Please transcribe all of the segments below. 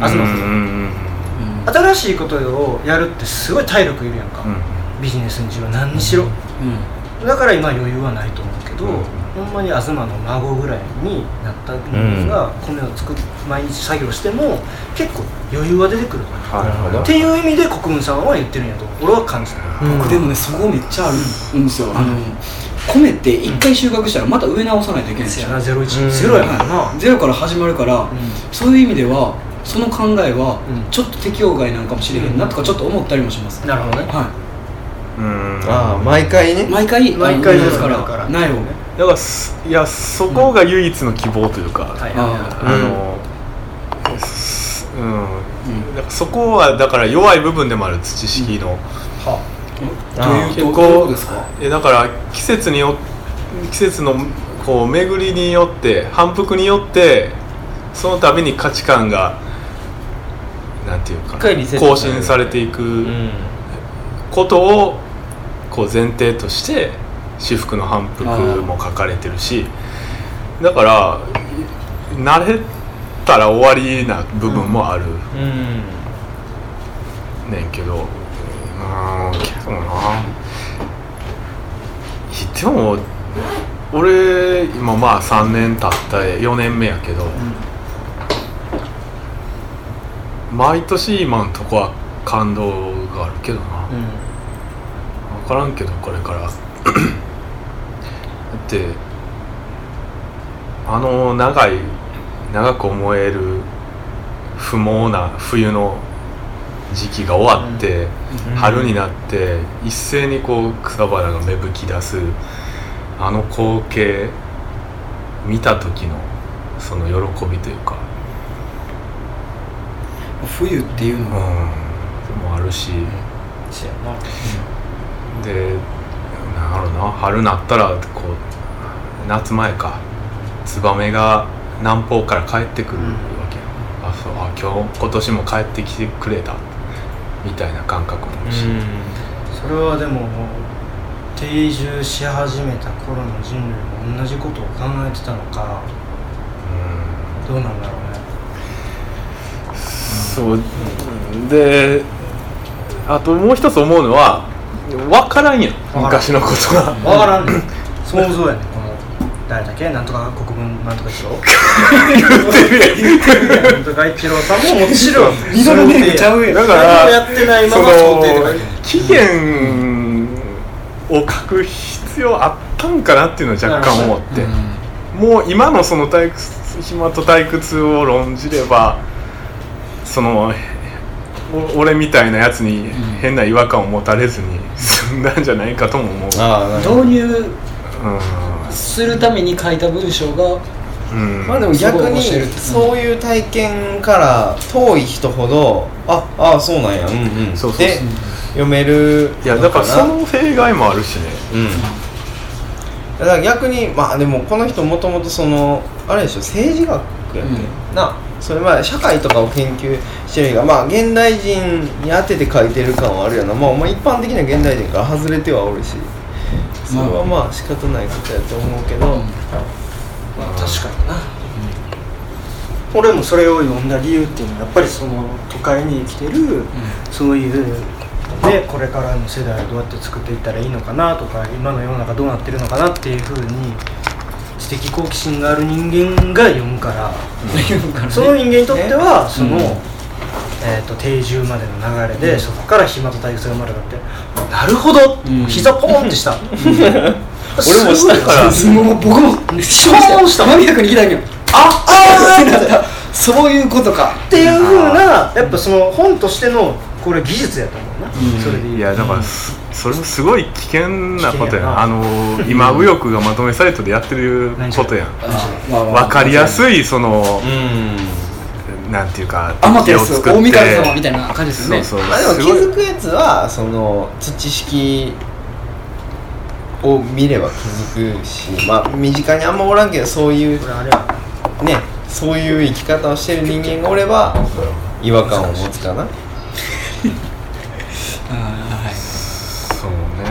東新しいことをやるってすごい体力いるやんか、ビジネスにしろ何にしろ、だから今余裕はないと思うけど、ほんまに東の孫ぐらいになった人が米を作って毎日作業しても結構余裕は出てくるっていう意味で国分さんは言ってるんやと俺は感じた。 僕でもねそこめっちゃあるんですよ。米って1回収穫したらまた植え直さないといけないんですよ。 ゼロやからな、 ゼロから始まるから、そういう意味ではその考えはちょっと適用外なんかもしれへんなとかちょっと思ったりもします。 なるほどね。 毎回ね、 毎回ですから苗をだからいやそこが唯一の希望というか、だからそこはだから弱い部分でもある土式の、 どういうことですか？ だから季節のこう巡りによって反復によってその度に価値観がなんていうか更新されていくことをこう前提として至福の反復も書かれてるし、だから慣れたら終わりな部分もあるねんけど、けどなでも俺今まあ3年経った4年目やけど、毎年今んとこは感動があるけどな、分からんけどこれからだって長く思える不毛な冬の時期が終わって、春になって一斉にこう草花が芽吹き出すあの光景見た時のその喜びというか、 冬っていうのもあるし、でなんだろうな、春になったらこう夏前かツバメが南方から帰ってくるわけ、今年も帰ってきてくれたみたいな感覚もあるし、 それはでも定住し始めた頃の人類も同じことを考えてたのか、どうなんだろうね。 そうで、あともう一つ思うのは分からんやん、昔のことが分からんねん想像やねん。この誰だっけ、なんとか国分なんとか一郎なんとか一郎さんももちろんミドルネームちゃうやん。 だからやってないまま想定とか期限を書く必要あったんかなっていうのは若干思って、もう今のその暇と退屈を論じればその俺みたいなやつに変な違和感を持たれずに済んだんじゃないかとも思う。 導入するために書いた文章が、 まあでも逆にそういう体験から遠い人ほどあそうなんやそうで読める。 いやだからその弊害もあるしね。 だから逆にまあでもこの人もともとそのあれでしょ、政治学やってな、それまで社会とかを研究してるが、まあ現代人に当てて書いてる感はあるよな。まあ一般的な現代人から外れてはおるし、それはまあ仕方ないことやと思うけど、 まあ確かにな、俺もそれを読んだ理由っていうのはやっぱりその都会に生きてる、そういうでこれからの世代をどうやって作っていったらいいのかなとか、今の世の中どうなってるのかなっていうふうに知的好奇心がある人間が読むから、その人間にとってはその、定住までの流れで、そこから暇と退屈が生まれたって、なるほど、膝ポンってした、 俺もしたからもう僕もしました間宮君に聞いたんやけど、そういうことかっていうふうな、やっぱその本としてのこれ技術やと思うな、それでいい。 いやだからそれもすごい危険なことやん。今右翼がまとめサイトでやってることやん。分かりやすいそのなんていうかアマテラス大神様みたいな感じですね。 まあでも気づくやつはその土式を見れば気づくし、まあ身近にあんまおらんけど、そういうね、そういう生き方をしてる人間がおれば違和感を持つかな。 そうね。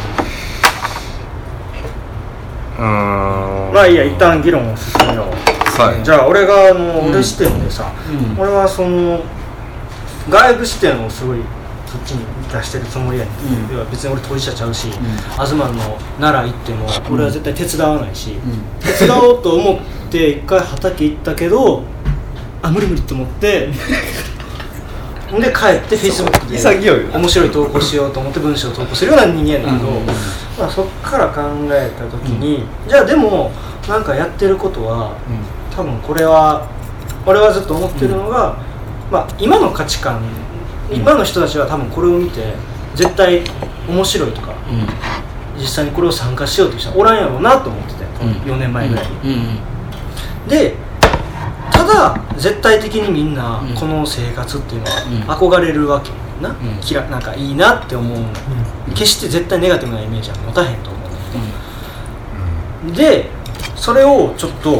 まあいいや、一旦議論を進めよう。 はい、 じゃあ俺が俺視点でさ、俺はその外部視点をすごいそっちに出してるつもりやねんけど、別に俺当事者ちゃうし、東の奈良行っても俺は絶対手伝わないし、手伝おうと思って一回畑行ったけど無理って思ってで帰ってフェイスブックで面白い投稿しようと思って文章を投稿するような人間やねんけど、そっから考えた時に、じゃあでもなんかやってることは、多分これは俺はずっと思ってるのが、今の価値観、今の人たちは多分これを見て絶対面白いとか、実際にこれを参加しようとしたらおらんやろうなと思ってて、4年前ぐらいに、でただ絶対的にみんなこの生活っていうのは憧れるわけな、なんかいいなって思う、決して絶対ネガティブなイメージは持たへんと思う、でそれをちょっと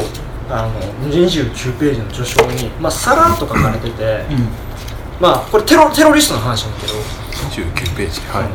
29ページの序章に、さらっと書かれてて、これテロリストの話なんだけど 29ページ、はい、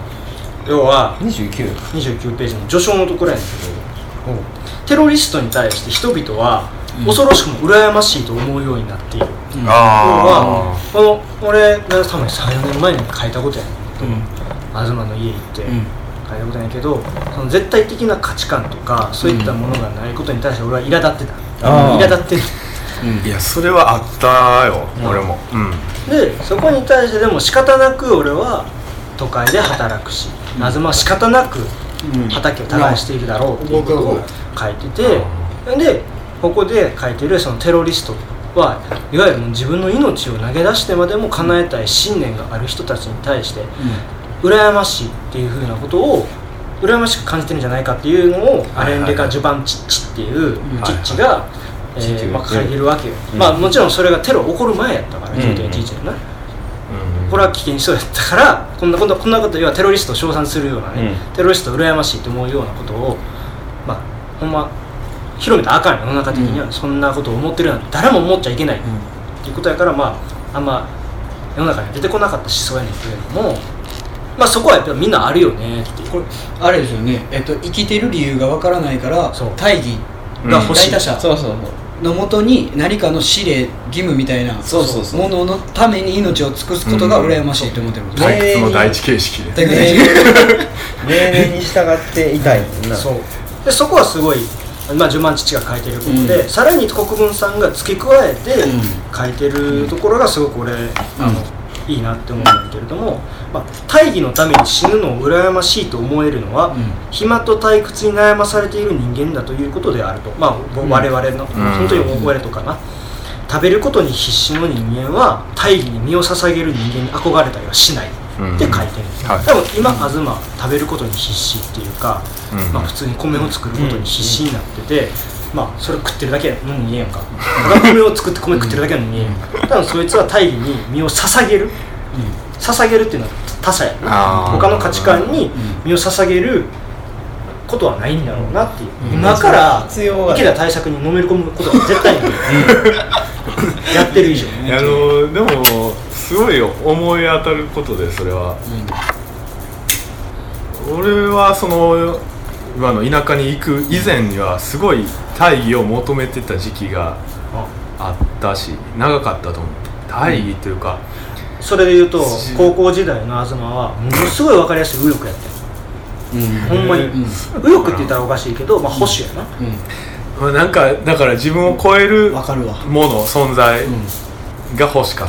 要は 29 ページの序章のところやねんけど、テロリストに対して人々は恐ろしくも羨ましいと思うようになっている、要はこの俺が多分 3,4 年前に書いたことやねんけど、東の家行って書いたことやねんけど、その絶対的な価値観とかそういったものがないことに対して俺は苛立ってた、苛立ってる、 いやそれはあったよ、俺も、 でそこに対してでも仕方なく俺は都会で働くし、東は仕方なく畑を耕しているだろうっていうことを書いてて、でここで書いてるそのテロリストはいわゆるもう自分の命を投げ出してまでも叶えたい信念がある人たちに対して羨ましいっていうふうなことを羨ましく感じてるんじゃないかっていうのをアレン・レカ・ジュバンチッチっていうチッチが書いてるわけよ、もちろんそれがテロ起こる前やったから、11年な、これは危険そうやったからこんなこと要はテロリストを称賛するようなね、テロリストを羨ましいと思うようなことをほんま広めたらあかん世の中的には、そんなことを思ってるなんて誰も思っちゃいけないっていうことやから、あんま世の中に出てこなかった思想やねんけれども、そこはやっぱりみんなあるよねっていう。 これあれですよね、生きてる理由がわからないから大義が欲しい、大他者のもとに何かの使命義務みたいなもののために命を尽くすことが羨ましいと思ってること退屈の第一形式で命令に従っていたいな。 でそこはすごいジュマン父が書いてることで、さらに国分さんが付け加えて書いてるところがすごく俺いいなって思うんだけれども、大義のために死ぬのを羨ましいと思えるのは、暇と退屈に悩まされている人間だということであると、我々の、本当に我とかな、食べることに必死の人間は大義に身を捧げる人間に憧れたりはしないって書いてる、多分今東食べることに必死っていうか、普通に米を作ることに必死になってて、それ食ってるだけの人間やんか、米を作って米食ってるだけの人間やんか、多分そいつは大義に身を捧げる、捧げるっていうのは他者やな、他の価値観に身を捧げることはないんだろうなっていう、今から池田対策にのめり込むことは絶対にやってる以上でもすごい思い当たることで、それは、俺はその今の田舎に行く以前にはすごい大義を求めてた時期があったし、長かったと思う。大義というか、 それでいうと高校時代の東はものすごい分かりやすい右翼やったよ、ほんまに、右翼って言ったらおかしいけど、保守やな、 なんかだから自分を超えるもの存在が欲しかった、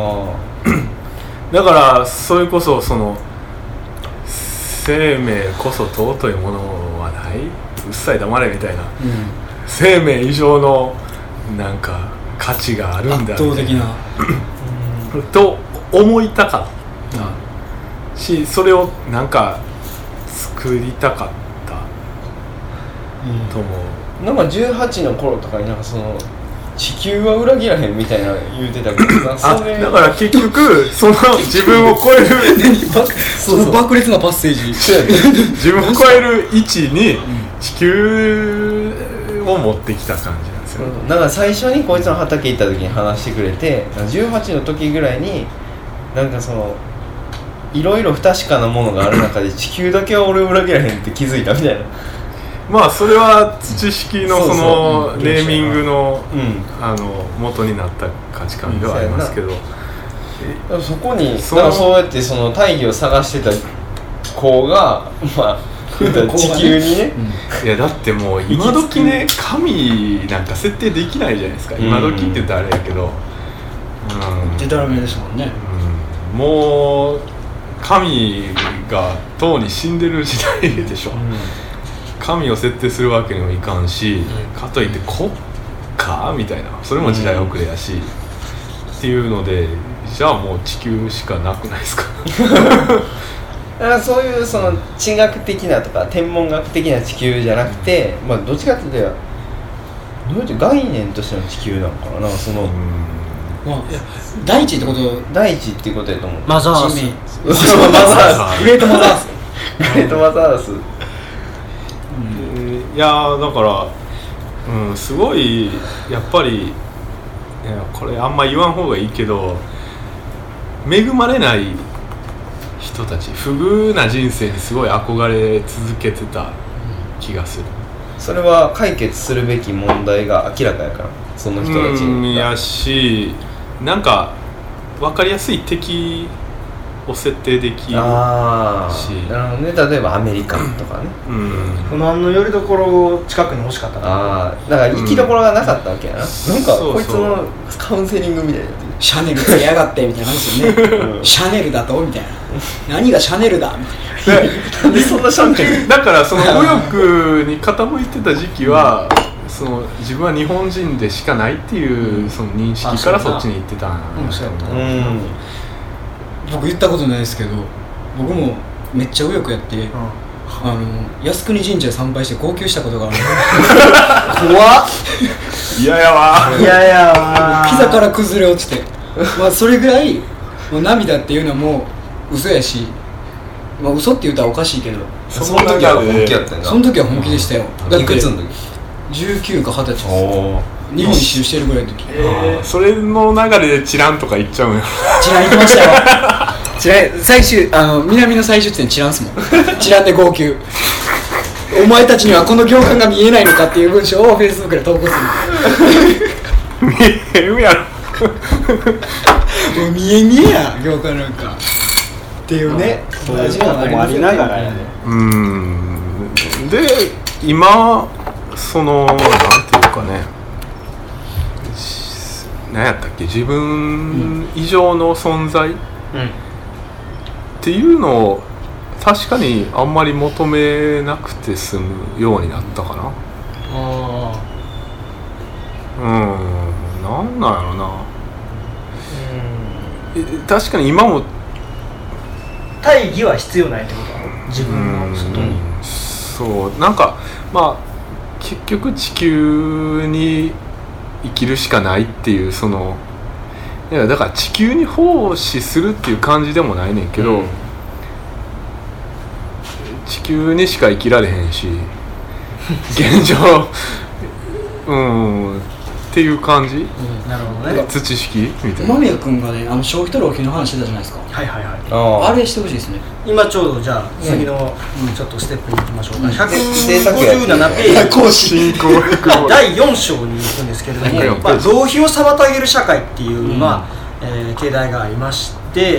だからそれこそその生命こそ尊いものはない、うっさい黙れみたいな、生命以上のなんか価値があるんだ圧倒的なと思いたかったし、それをなんか作りたかったと思う。 なんか18の頃とかになんかその地球は裏切らへんみたいな言うてたけどだから結局その自分を超えるその爆裂なパッセージ自分を超える位置に地球を持ってきた感じなんですよ、 だから最初にこいつの畑行った時に話してくれて、18の時ぐらいになんかそのいろいろ不確かなものがある中で地球だけは俺を裏切らへんって気づいたみたいな。 まあそれは土式のそのネーミングの元になった価値観ではありますけど、 そこにそうやってその大義を探してた子がまあ地球にね、 いやだってもう今時ね神なんか設定できないじゃないですか。今時って言ったらあれやけど、 デタラメですもんね。 もう神がとうに死んでる時代でしょ。神を設定するわけにもいかんし、かといって国家みたいな、それも時代遅れやし、っていうので、じゃあもう地球しかなくないですか。 だからそういうその地学的なとか天文学的な地球じゃなくて、まあどっちかっていうとどういう概念としての地球なのかな、その大地ってこと、 大地っていうことやと思う。 マザース、 マザース、 グレートマザース、 グレートマザース。 いやだから、すごいやっぱり、これあんま言わん方がいいけど、恵まれない人たち、不遇な人生にすごい憧れ続けてた気がする。 それは解決するべき問題が明らかやから、その人たちにやし、なんか分かりやすい敵を設定できるし、 なるほどね。例えばアメリカとかね、 不満のよりどころを近くに欲しかった。 だから生きどころがなかったわけやな。なんかこいつのカウンセリングみたいな、 シャネルつけやがってみたいな感じですよね。シャネルだとみたいな、何がシャネルだみたいな。 なんでそんなシャネルだからその右翼に傾いてた時期はその自分は日本人でしかないっていうその認識からそっちに行ってたんだと思う。 僕言ったことないですけど、僕もめっちゃ右翼やって、靖国神社で参拝して号泣したことがある。 怖っ。 嫌やわ。 嫌やわ。 膝から崩れ落ちて、まあそれぐらいもう涙っていうのはもう嘘やし、まあ嘘って言うたらおかしいけど、 その時は本気やったんだ。 その時は本気でしたよ。 だっていくつの時 ？19か20歳です。日本一周してるぐらいの時。 それの流れでチランとか行っちゃうんや。 チラン行きましたよ。チラン最終南の最終地点チランっすもん。チランで号泣。お前たちにはこの行間が見えないのかっていう文章をフェイスブックで投稿する。見えるやろ。 もう見えや行間なんかっていうね。 そういうこともありながらやね。 で今そのなんていうかね、何やったっけ、自分以上の存在っていうのを確かにあんまり求めなくて済むようになったかな。なんなんやろな。確かに今も大義は必要ないってことなの、自分の外に。 そう、なんかまあ結局地球に生きるしかないっていう、そのいやだから地球に奉仕するっていう感じでもないねんけど、地球にしか生きられへんし現状っていう感じ、 なるほどね。 土式みたいな。 間宮君がね、消費と浪費の話してたじゃないですか。 はいはいはい。 あれしてほしいですね。 今ちょうどじゃあ次のちょっとステップに行きましょうか。157ページ更新第4章に行くんですけれども、浪費を妨げる社会っていう経題がありまして、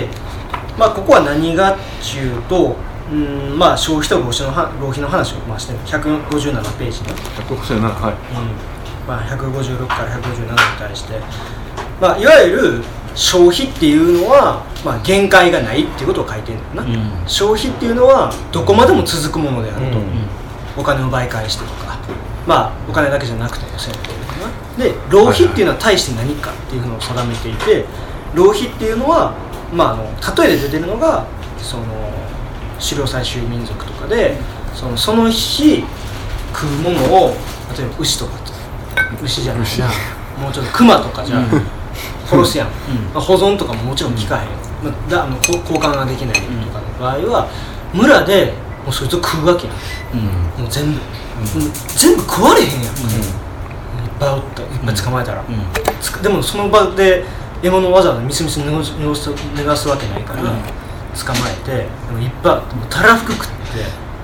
ここは何がっちゅうと、消費と浪費の話をしてる157ページね。 157、はい。 156から157に対して、いわゆる消費っていうのは、限界がないっていうことを書いてるんだよな、消費っていうのはどこまでも続くものであると、お金を媒介してとか、お金だけじゃなくてもそうやけどな。で浪費っていうのは対して何かっていうのを定めていて、浪費っていうのは、例えで出てるのがその狩猟採集民族とかで、その日食うものを、例えば牛とか、牛じゃないな、もうちょっと熊とかじゃ殺すやん、保存とかももちろん効かへん、交換ができないとかの場合は村でもうそいつを食うわけやん、もう全部食われへんやん、いっぱいおったいっぱい捕まえたら、でもその場で獲物をわざわざみすみす脱がすわけないから、捕まえてでもいっぱいたらふく食って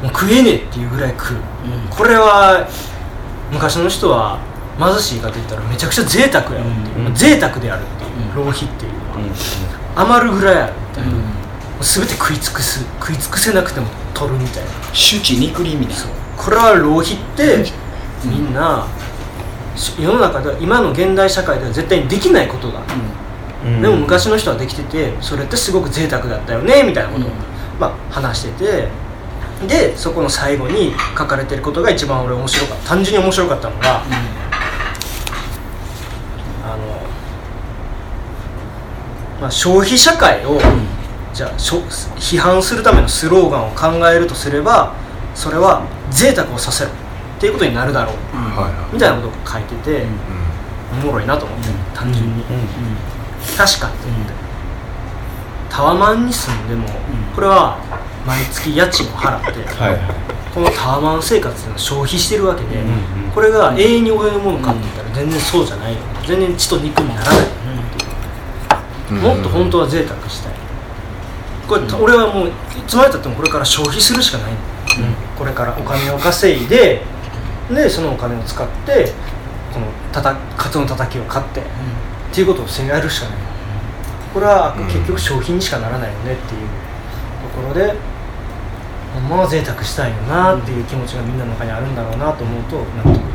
もう食えねえっていうぐらい食う、これは昔の人は貧しいかといったらめちゃくちゃ贅沢やろっていう、贅沢であるっていう、浪費っていうのは、余るぐらいあるみたいな、全て食い尽くせなくても取るみたいな、 周知肉林みたいな。 これは浪費ってみんな世の中では今の現代社会では絶対にできないことだ、でも昔の人はできてて、それってすごく贅沢だったよねみたいなことを、話してて、でそこの最後に書かれてることが一番俺面白かった、単純に面白かったのが、消費社会を、じゃあ批判するためのスローガンを考えるとすれば、それは贅沢をさせろっていうことになるだろう、みたいなことを書いてて、おもろいなと思って、単純に、確かって思って、タワマンに住んでも、これは毎月家賃を払って、このタワマン生活っていうのは消費してるわけで、これが永遠に及ぶものかって言ったら全然そうじゃないよ、全然血と肉にならないよっていう、もっと本当は贅沢したい、これ、俺はもういつまでたってもこれから消費するしかないの、これからお金を稼いで、そのお金を使ってこのカツオのたたきを買って、っていうことをやるしかない、これは結局消費にしかならないよねっていうところで、ほんまは贅沢したいよなっていう気持ちがみんなの中にあるんだろうなと思うと納得いった。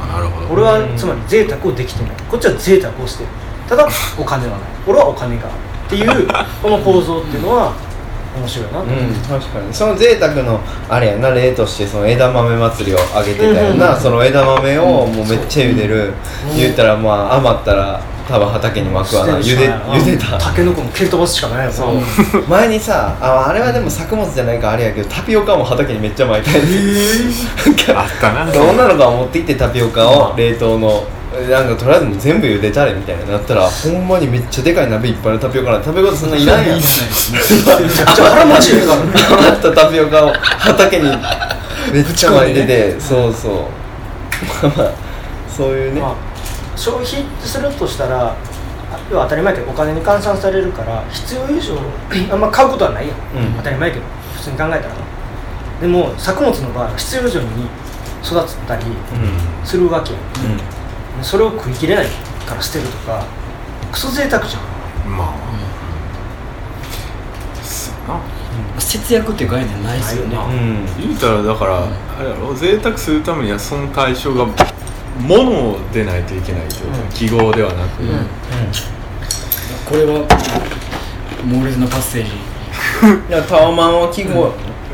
なるほど。 俺はつまり贅沢をできてない、こっちは贅沢をしてる、ただお金はない、俺はお金があるっていうこの構造っていうのは面白いなと思って、 確かにその贅沢のあれやな、例としてその枝豆祭りをあげてたよな、その枝豆をもうめっちゃ茹でる、言ったら余ったら多分畑に巻くわな、茹でたタケノコも蹴り飛ばすしかないよな。 そう前にさあれはでも作物じゃないかあれやけど、タピオカも畑にめっちゃ巻いたやつ、 あったな。 女の子が持ってきてタピオカを冷凍のなんかとりあえずもう全部茹でたれみたいになったら、ほんまにめっちゃでかい鍋いっぱいのタピオカなんて食べることそんないらんやん。めちゃくちゃ腹持ちいいから余ったタピオカを畑にめっちゃ巻いてて、そうそうそういうね、 消費するとしたら要は当たり前やけどお金に換算されるから必要以上あんま買うことはないやん、当たり前やけど普通に考えたらな。でも作物の場合は必要以上に育ったりするわけやん、それを食い切れないから捨てるとかクソ贅沢じゃん。 節約っていう概念ないですよね。 言うたらだからあれやろ、贅沢するためにはその対象が物でないといけないというか、記号ではなく、 これは猛烈なパッセージ。 いやタワマンは記号、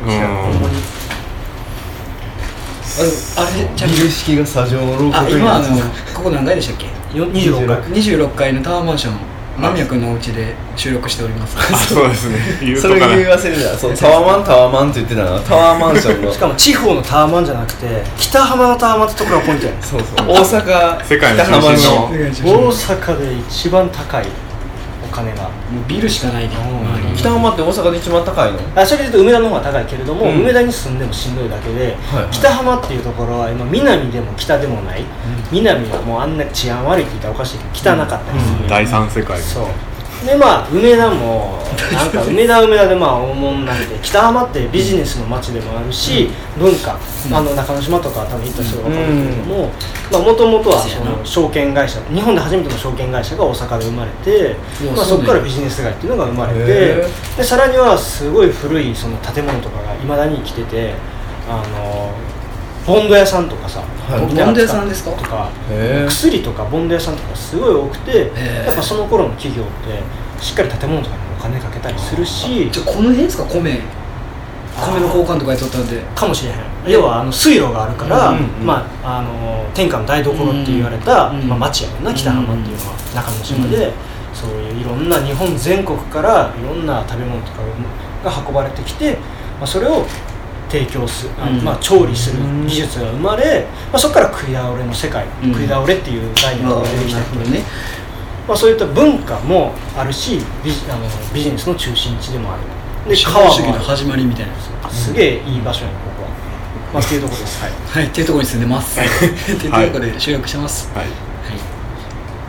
あれビル式が砂上の廊下今ここ何階でしたっけ ？26 階のタワーマンション、間宮君のお家で収録しております。 そうですね。 それ言い忘れた。そうタワマンって言ってたな。タワーマンションのしかも地方のタワマンじゃなくて北浜のタワマンってところがポイントやね。 そう大阪世界の中心の大阪で一番高いお金がもうビルしかないで、 北浜って大阪で一番高いの？ それで言うと梅田の方が高いけれども、梅田に住んでもしんどいだけで、北浜っていうところは今南でも北でもない、南はもうあんな治安悪いって言ったらおかしいけど汚かったりする、 第三世界。 そうで梅田もなんか梅田で大物なんで、北浜ってビジネスの街でもあるし、文化中之島とか多分行った人が分かるけれども、もともとはその証券会社、日本で初めての証券会社が大阪で生まれて、そこからビジネス街っていうのが生まれて、でさらにはすごい古いその建物とかがいまだに生きてて、ボンド屋さんとかさ、 ボンド屋さんですかとか薬とかボンド屋さんとかすごい多くて、やっぱその頃の企業ってしっかり建物とかにお金かけたりするし、 じゃこの辺ですか、米の交換とかやっとったんでかもしれへん。要は水路があるから、天下の台所って言われた、町やもんな、北浜っていうのは中之島で、そういういろんな日本全国からいろんな食べ物とかが運ばれてきて、それを提供する、調理する技術が生まれ、そこから食い倒れの世界、食い倒れっていう概念が出てきたけどね、そういった文化もあるし、ビジネスの中心地でもある。で川主義の始まりみたいな、 すげえいい場所やね、ここは。っていうところです。 はい、っていうところに住んでます。っていうところで収録してます。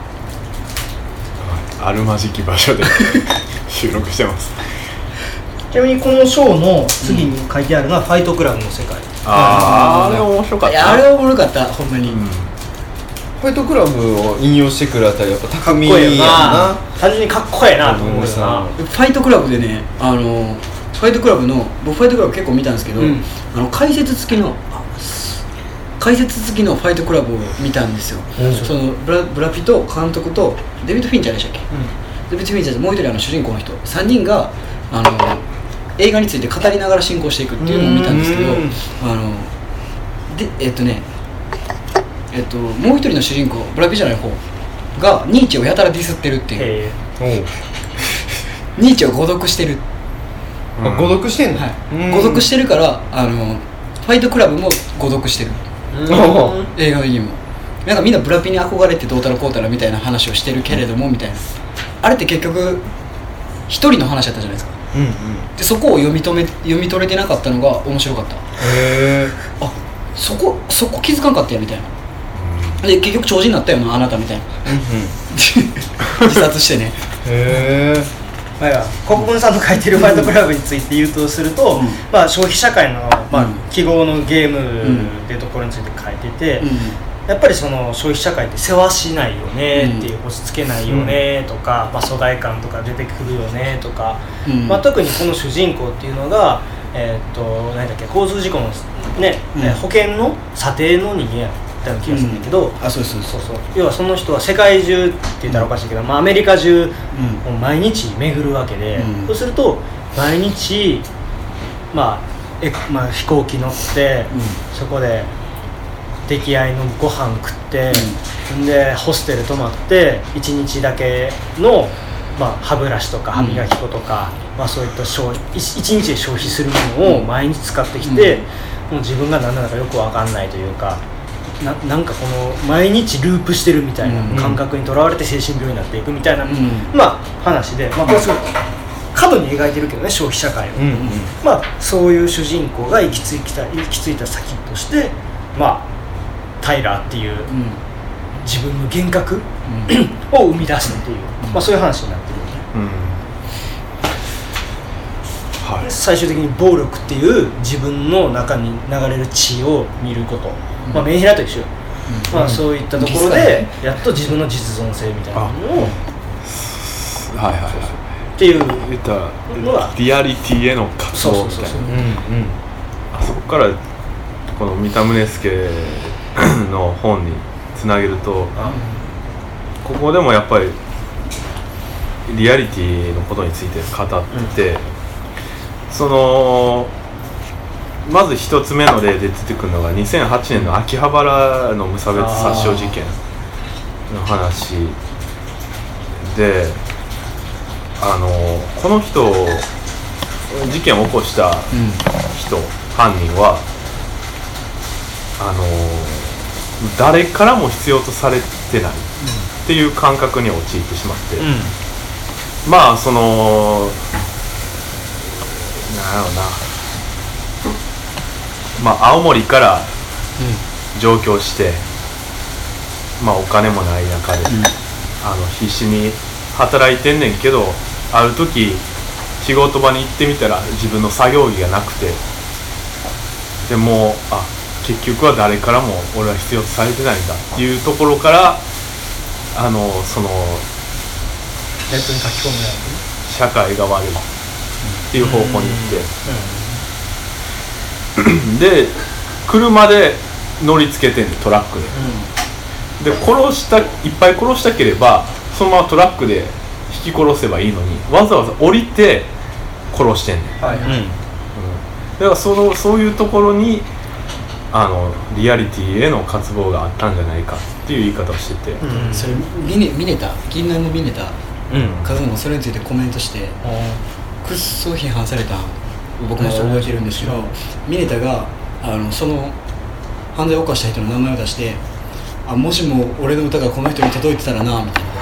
あるまじき場所で収録してます。 ちなみにこの章の次に書いてあるのはファイトクラブの世界。 あれ面白かった。 あれはおもろかったほんまに、 ファイトクラブを引用してくるあたりやっぱかっこいいよな。単純にかっこいいなと思うよな。 ファイトクラブでねファイトクラブの僕ファイトクラブ結構見たんですけど、解説付きのファイトクラブを見たんですよ、そのブラピと監督とデビッド・フィンチャーでしたっけ、デビッド・フィンチャーともう一人主人公の人3人が映画について語りながら進行していくっていうのを見たんですけど、もう一人の主人公ブラピじゃない方がニーチェをやたらディスってるっていうニーチェを誤読してる、 誤読してんの、 誤読してるからファイトクラブも誤読してる、映画にもなんかみんなブラピに憧れてどうたらこうたらみたいな話をしてるけれどもみたいな、あれって結局一人の話だったじゃないですか、でそこを読み取れてなかったのが面白かった。あ、そこ気づかんかったやみたいな。で結局超人になったよなあなたみたいな、自殺してね。 国分さんの書いてるファイトクラブについて言うとすると、消費社会の、記号のゲームっていうところについて書いてて、やっぱりその消費社会って世話しないよねっていう、押し付けないよねとか、疎外感とか出てくるよねとか、特にこの主人公っていうのが何だっけ、交通事故のね、保険の査定の人間やったような気がするんだけど、そう要はその人は世界中って言ったらおかしいけど、アメリカ中を毎日巡るわけで、そうすると毎日飛行機乗って、そこで出来合いのご飯食って、でホステル泊まって1日だけの、歯ブラシとか歯磨き粉とか、そういった1日で消費するものを毎日使ってきて、もう自分が何なのかよく分かんないというか、なんかこの毎日ループしてるみたいな感覚にとらわれて精神病になっていくみたいな、話で、これすごい過度に描いてるけどね、消費社会を、そういう主人公が行き着いた先として、タイラーっていう、自分の幻覚、を生み出すっていう、そういう話になってるよね、最終的に暴力っていう自分の中に流れる血を見ること、メンヘラと一緒、そういったところでやっと自分の実存性みたいなのをっていうのはリアリティへの活動みたいな、そこからこの三田宗介の本につなげると、ここでもやっぱりリアリティのことについて語ってて、そのまず一つ目の例で出てくるのが2008年の秋葉原の無差別殺傷事件の話で、この人事件を起こした人、犯人は誰からも必要とされてないっていう感覚に陥ってしまって、そのなんやろうな、青森から上京して、お金もない中で、必死に働いてんねんけど、ある時仕事場に行ってみたら自分の作業着がなくて、でも結局は誰からも俺は必要とされてないんだっていうところから、そのネットに書き込むやつ社会が悪いっていう方向に行って、で車で乗りつけてんねん、トラックで、でいっぱい殺したければそのままトラックで引き殺せばいいのに、わざわざ降りて殺してんねん、だからそういうところにリアリティへの渇望があったんじゃないかっていう言い方をしてて、 それミネタ銀杏のミネタカズもそれについてコメントして、くっそ批判された僕も覚えてるんですけど、ミネタがその犯罪を犯した人の名前を出して、もしも俺の歌がこの人に届いてたらなみたいな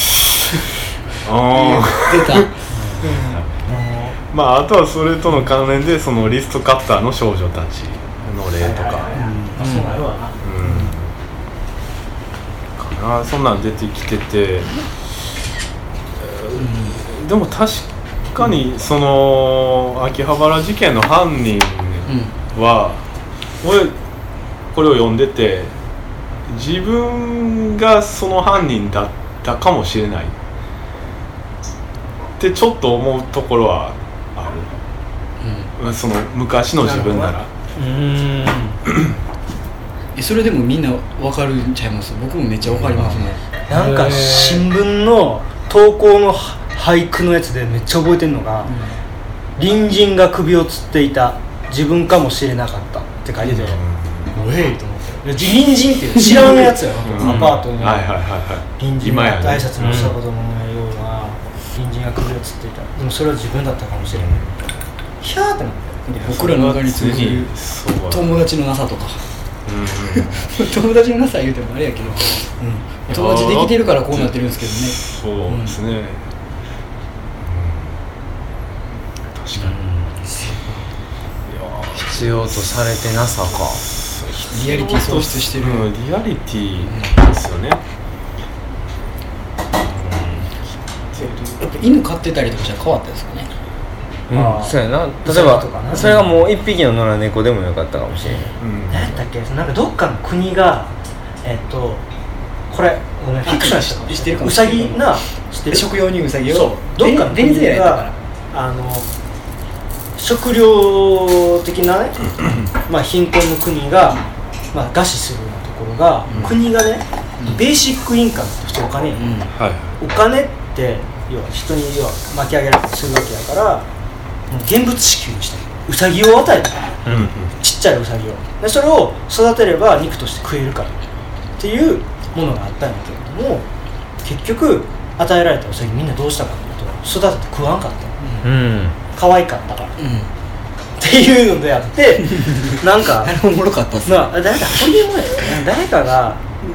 こと言ってた。 あとはそれとの関連でそのリストカッターの少女たちの例とか、 そうなるわな、 そんなん出てきてて、でも確かにその秋葉原事件の犯人は、俺これを読んでて自分がその犯人だったかもしれないってちょっと思うところはある、その昔の自分なら。 それでもみんな分かるんちゃいます？僕もめっちゃ分かりますね。 なんか新聞の投稿の俳句のやつでめっちゃ覚えてるのが、隣人が首を吊っていた、自分かもしれなかったって書いてて、おえいと思って、隣人っていう知らんやつやろ、アパートに隣人が挨拶もしたこともないような隣人が首を吊っていた、でもそれは自分だったかもしれない、ヒャーってなって、 僕らの中に通じる友達のなさとか、友達のなさ言うてもあれやけど、友達できてるからこうなってるんですけどね。 そうですね、確かに、 必要とされてなさか、 リアリティ喪失してる、 リアリティですよね。やっぱ犬飼ってたりとかじゃ変わったですかね。 そうやな。例えばそれがもう一匹の野良猫でもよかったかもしれない。 何やったっけ、なんかどっかの国がこれフィクションしてるかもしれない。ウサギな知ってる？ 食用にウサギをどっかのベネズエラやったから、 食料的なね貧困の国が餓死するようなところが、国がねベーシックインカムって普通お金や、お金って要は人に巻き上げられたりするわけやから、現物支給してウサギを与えた、ちっちゃいウサギをで、それを育てれば肉として食えるからっていうものがあったんだけれども、結局与えられたウサギみんなどうしたかというと、育てて食わんかった、可愛かったから、っていうのでやってなんかあれおもろかったっすね。 誰かホリエモンや誰かが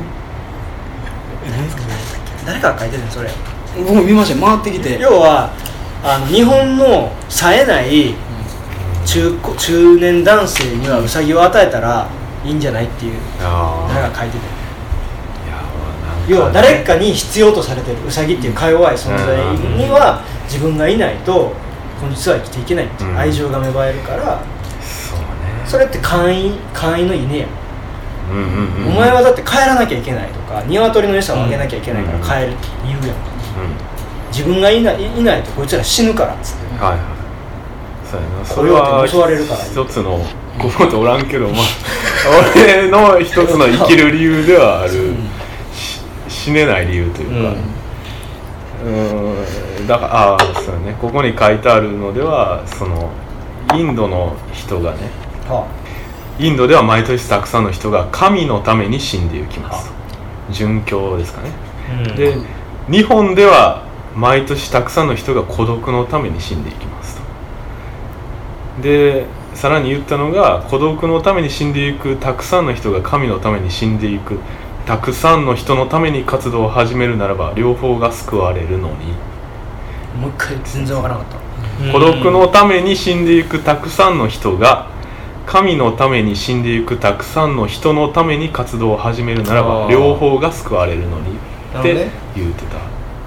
書いてるのそれ。 僕も見ましたよ、回ってきて。 要は日本の冴えない中年男性にはウサギを与えたらいいんじゃないっていう誰が書いてて、要は誰かに必要とされてるウサギっていうか弱い存在には自分がいないとこの実は生きていけないっていう愛情が芽生えるから、それって簡易の稲や、お前はだって帰らなきゃいけないとか鶏の餌をあげなきゃいけないから帰るって言うやんか、自分がいないとこいつら死ぬからっつって、 そうやな、それは襲われるから一つのここでおらんけど、俺の一つの生きる理由ではある、死ねない理由というか、だからそうね、ここに書いてあるのでは、そのインドの人がね、インドでは毎年たくさんの人が神のために死んでいきますと、殉教ですかね、で日本では毎年たくさんの人が孤独のために死んでいきますと。でさらに言ったのが、孤独のために死んでいくたくさんの人が神のために死んでいくたくさんの人のために活動を始めるならば両方が救われるのに、 もう一回全然わからなかった。 孤独のために死んでいくたくさんの人が神のために死んでいくたくさんの人のために活動を始めるならば両方が救われるのにって言うてた。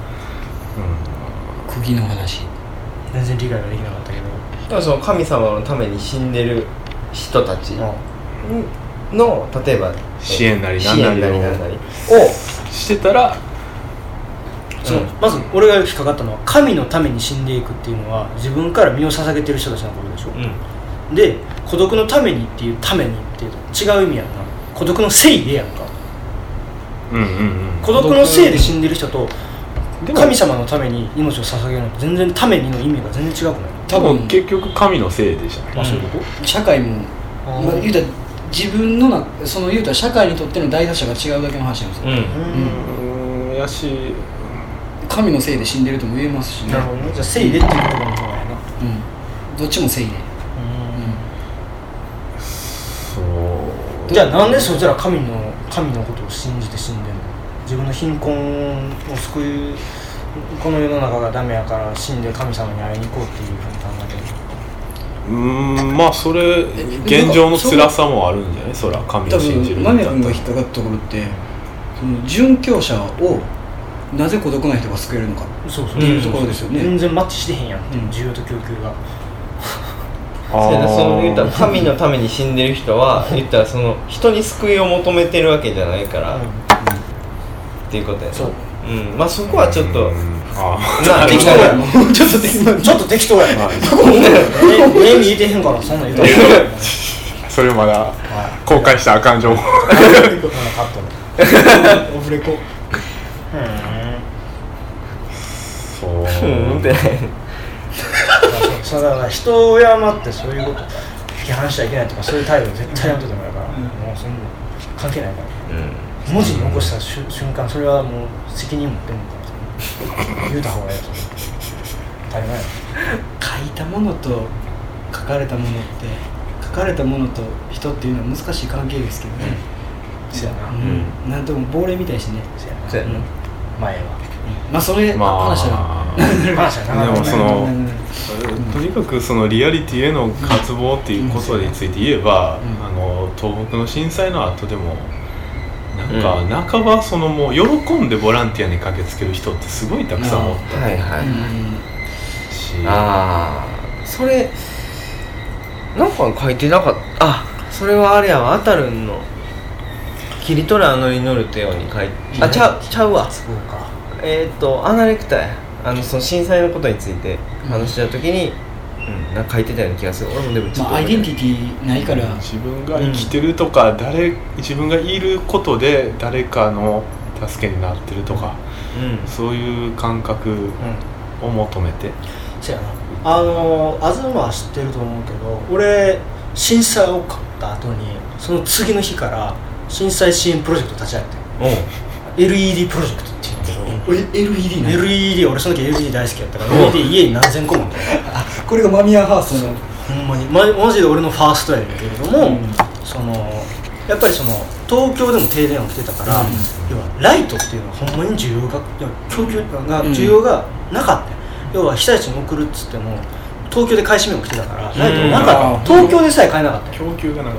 釘の話全然理解ができなかったけど、 だからその神様のために死んでる人たちの例えば支援なり何なりをしてたら、 まず俺が引っかかったのは、神のために死んでいくっていうのは自分から身を捧げてる人たちのことでしょ、で孤独のためにっていうためにっていうと違う意味やんな。孤独のせいでやんか、孤独のせいで死んでる人と神様のために命を捧げるのと全然ためにの意味が全然違くない？ 多分結局神のせいでじゃない、 そういうこと？ 社会も、言うたら自分のその言うたら社会にとっての大他者が違うだけの話なんですよ。 やし神のせいで死んでるとも言えますしね。 なるほどね。じゃあせいでっていう言葉の方がやな。 どっちもせいで。 そう。 じゃあなんでそいつら神のことを信じて死んでんの？自分の貧困を救う、この世の中がダメやから死んで神様に会いに行こうっていうふうに考えてる。 まあそれ現状の辛さもあるんじゃない？そら神を信じるんだったら。 多分マネ君が引っかかったところって、その殉教者をなぜ孤独な人が救えるのかっていうところですよね。 全然マッチしてへんやん、需要と供給が。 そう言ったら神のために死んでる人は言ったらその人に救いを求めてるわけじゃないから、っていうことやね。そう、まあそこはちょっと適当やちょっと適当や目見えてへんからそんなん言うたらそれまだ公開したらあかん情報カットのオフレコそうそうだから人を敬ってそういうこと批判しちゃいけないとかそういう態度絶対やめといてもらうから、もうそんな関係ないから、文字に起こした瞬間それはもう責任持ってんのから言うた方がいいと思う。当たり前や書いたものと書かれたものって書かれたものと人っていうのは難しい関係ですけどね。 そうやな、 なんとも亡霊みたいしね。 そうやな、前はまあそれ話はでもそのとにかくそのリアリティへの渇望っていうことについて言えば、東北の震災の後でもなんか半ばそのもう喜んでボランティアに駆けつける人ってすごいたくさんおった、 それなんか書いてなかった。それはあれやわ、あたるんの切り取る祈るってように書いて、ちゃうわ。そうか。アナレクターや。その震災のことについて話した時に、なんか書いてたような気がする。俺もでもちょっとアイデンティティないから、 自分が生きてるとか、自分がいることで誰かの助けになってるとか、そういう感覚を求めて。 そうやな。東は知ってると思うけど、俺震災を買った後にその次の日から震災支援プロジェクト立ち上げて、LED プロジェクトっていうのけど、LED 俺その時 LED 大好きやったから、LED 家に何千個もあったこれがマミヤハウスのほんまにマジで俺のファーストやねんけれども、そのやっぱりその東京でも停電起きてたから、要はライトっていうのはほんまに需要がなかった。要は被災地に送るっつっても東京で買い占め起きてたからライトなかった。東京でさえ買えなかった。 供給がなかった。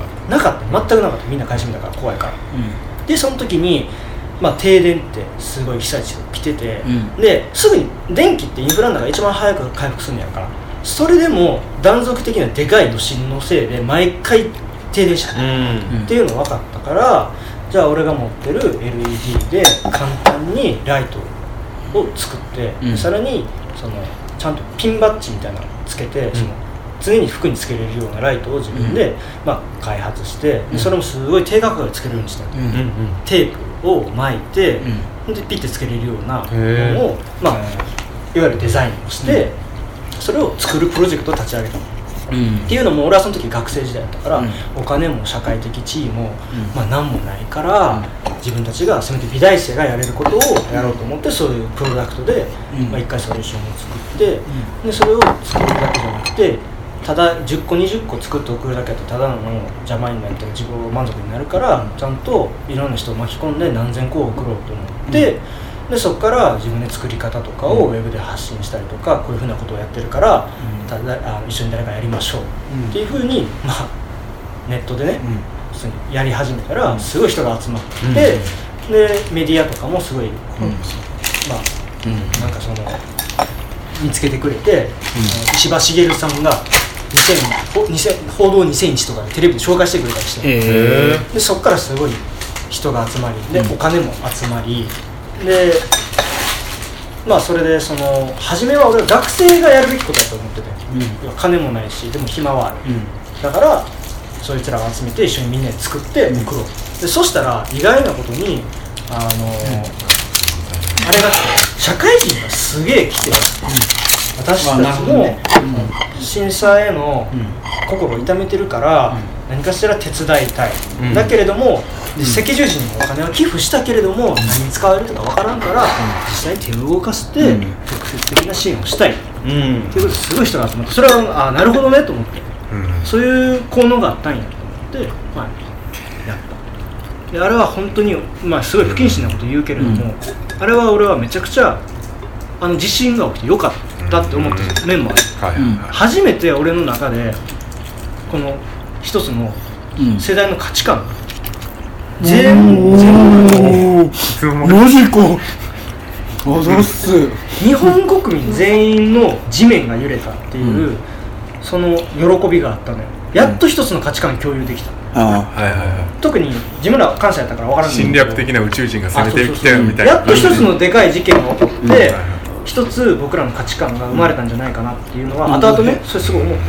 全くなかった。みんな買い占めたから怖いから、でその時に停電ってすごい被災地が来てて、ですぐに電気ってインフラの中が一番早く回復するんやから、それでも断続的なでかい余震のせいで毎回停電した、っていうの分かったから、じゃあ俺が持ってる LED で簡単にライトを作って、さらにそのちゃんとピンバッジみたいなのをつけて、その常に服につけれるようなライトを自分で、開発して、それもすごい低価格でつけれるようにした、テープを巻いて、でピッてつけれるようなものを、いわゆるデザインをして、それを作るプロジェクトを立ち上げたの、っていうのも俺はその時学生時代だったから、お金も社会的地位も、何もないから、自分たちがせめて美大生がやれることをやろうと思って、そういうプロダクトで、一回ソリューションを作って、でそれを作るだけじゃなくて、ただ10個20個作って送るだけだとただの邪魔になるとか自己満足になるから、ちゃんといろんな人を巻き込んで何千個を送ろうと思って、でそこから自分で作り方とかをウェブで発信したりとか、こういうふうなことをやってるから、一緒に誰かやりましょう、っていうふうに、ネットでね、やり始めたらすごい人が集まって、でメディアとかもすごい、なんかその見つけてくれて、石破茂さんが報道2001とかでテレビで紹介してくれたりして、でそこからすごい人が集まりで、お金も集まりで、それでその初めは俺は学生がやるべきことだと思ってて、金もないしでも暇はある、だからそいつらを集めて一緒にみんなで作って送ろう、でそしたら意外なことにあれが社会人がすげえ来て、私たちも震災への心を痛めてるから何かしら手伝いたい、だけれども赤十字にもお金は寄付したけれども何に使われるか分からんから、実際手を動かして直接的な支援をしたいっていうことですごい人が集まって、それはなるほどねと思って、そういう効能があったんやと思って、やった。であれは本当に、すごい不謹慎なこと言うけれども、あれは俺はめちゃくちゃ地震が起きてよかったって思ってる面もある、初めて俺の中でこの一つの世代の価値観、全部マジか想像っす。 日本国民全員の地面が揺れたっていう、その喜びがあったのよ。やっと一つの価値観共有できた。特に自分ら関西やったから分からない侵略的な宇宙人が攻めてきてるみたいな。 やっと一つのでかい事件が起こって、一つ僕らの価値観が生まれたんじゃないかなっていうのは、後々ね、それすごい思う。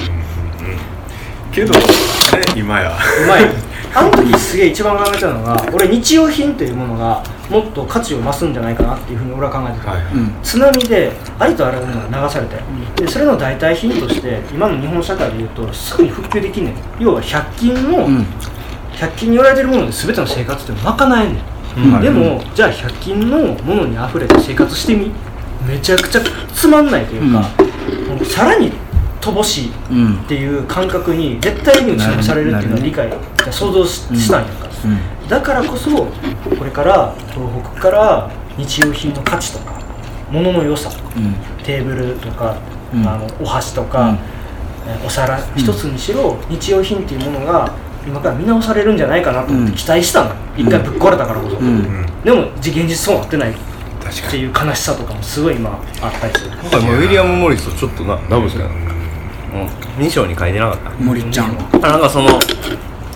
けどね、今やあの時すげえ一番考えてたのが、俺日用品というものがもっと価値を増すんじゃないかなっていうふうに俺は考えてた、津波でありとあらゆるものが流されて、でそれの代替品として今の日本社会でいうとすぐに復旧できんねん。要は100均に売られてるもので全ての生活って賄えんねん、でもじゃあ100均のものにあふれて生活してみ、めちゃくちゃつまんないというか、さらに乏しいっていう感覚に絶対に打ちのめされるっていうのは理解想像したんやから、だからこそこれから東北から日用品の価値とか物の良さ、テーブルとか、お箸とか、お皿一つにしろ日用品っていうものが今から見直されるんじゃないかなと思って期待したの、一回ぶっ壊れたからこそ、でも現実そうなってないっていう悲しさとかもすごい今あったりする。 今回もウィリアム・モリスとちょっとダブルですけど、2章に書いてなかった森ちゃんなんかその